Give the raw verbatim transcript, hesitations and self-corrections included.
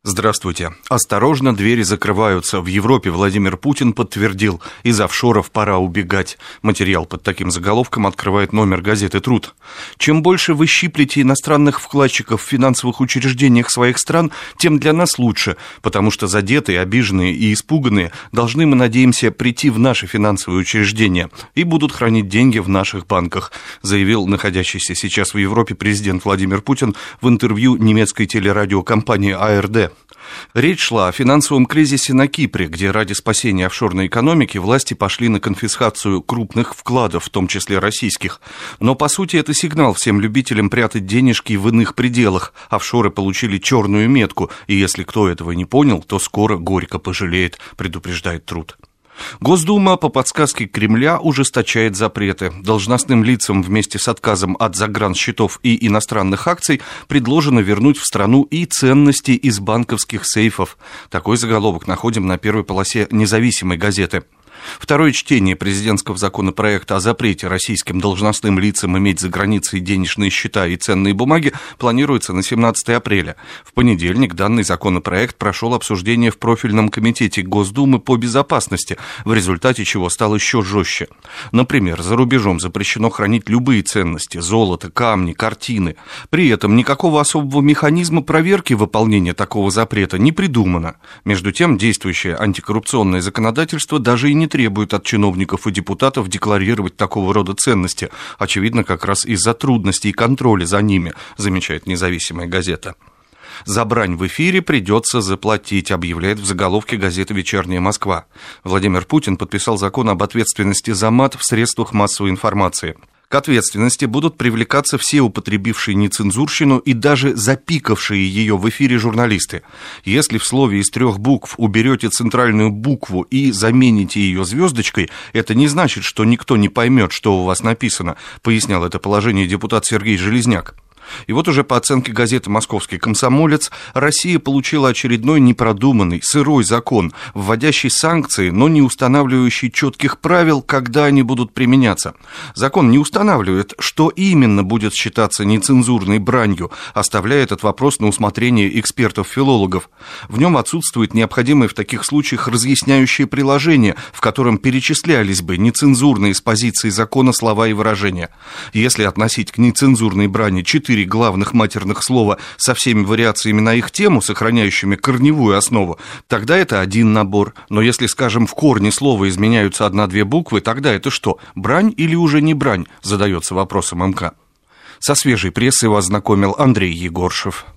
Здравствуйте. Осторожно, двери закрываются. В Европе Владимир Путин подтвердил: из офшоров пора убегать. Материал под таким заголовком открывает номер газеты «Труд». Чем больше вы щиплете иностранных вкладчиков в финансовых учреждениях своих стран, тем для нас лучше, потому что задетые, обиженные и испуганные должны, мы надеемся, прийти в наши финансовые учреждения и будут хранить деньги в наших банках, заявил находящийся сейчас в Европе президент Владимир Путин в интервью немецкой телерадиокомпании а эр дэ. Речь шла о финансовом кризисе на Кипре, где ради спасения офшорной экономики власти пошли на конфискацию крупных вкладов, в том числе российских. Но, по сути, это сигнал всем любителям прятать денежки в иных пределах. Офшоры получили черную метку, и если кто этого не понял, то скоро горько пожалеет, предупреждает «Труд». Госдума по подсказке Кремля ужесточает запреты. Должностным лицам вместе с отказом от загрансчетов и иностранных акций предложено вернуть в страну и ценности из банковских сейфов. Такой заголовок находим на первой полосе независимой газеты. Второе чтение президентского законопроекта о запрете российским должностным лицам иметь за границей денежные счета и ценные бумаги планируется на семнадцатое апреля. В понедельник данный законопроект прошел обсуждение в профильном комитете Госдумы по безопасности, в результате чего стал еще жестче. Например, за рубежом запрещено хранить любые ценности – золото, камни, картины. При этом никакого особого механизма проверки выполнения такого запрета не придумано. Между тем, действующее антикоррупционное законодательство даже и не требует от чиновников и депутатов декларировать такого рода ценности, очевидно, как раз из-за трудностей контроля за ними, замечает независимая газета. За брань в эфире придется заплатить, объявляет в заголовке газеты «Вечерняя Москва». Владимир Путин подписал закон об ответственности за мат в средствах массовой информации. К ответственности будут привлекаться все употребившие нецензурщину и даже запикавшие ее в эфире журналисты. Если в слове из трех букв уберете центральную букву и замените ее звездочкой, это не значит, что никто не поймет, что у вас написано, пояснял это положение депутат Сергей Железняк. И вот уже по оценке газеты «Московский комсомолец» Россия получила очередной непродуманный, сырой закон, вводящий санкции, но не устанавливающий четких правил, когда они будут применяться. Закон не устанавливает, что именно будет считаться нецензурной бранью, оставляя этот вопрос на усмотрение экспертов-филологов. В нем отсутствует необходимое в таких случаях разъясняющее приложение, в котором перечислялись бы нецензурные с позиции закона слова и выражения. Если относить к нецензурной брани четыре главных матерных слова со всеми вариациями на их тему, сохраняющими корневую основу, тогда это один набор. Но если, скажем, в корне слова изменяются одна-две буквы, тогда это что, брань или уже не брань, задается вопросом эм ка. Со свежей прессой вас знакомил Андрей Егоршев.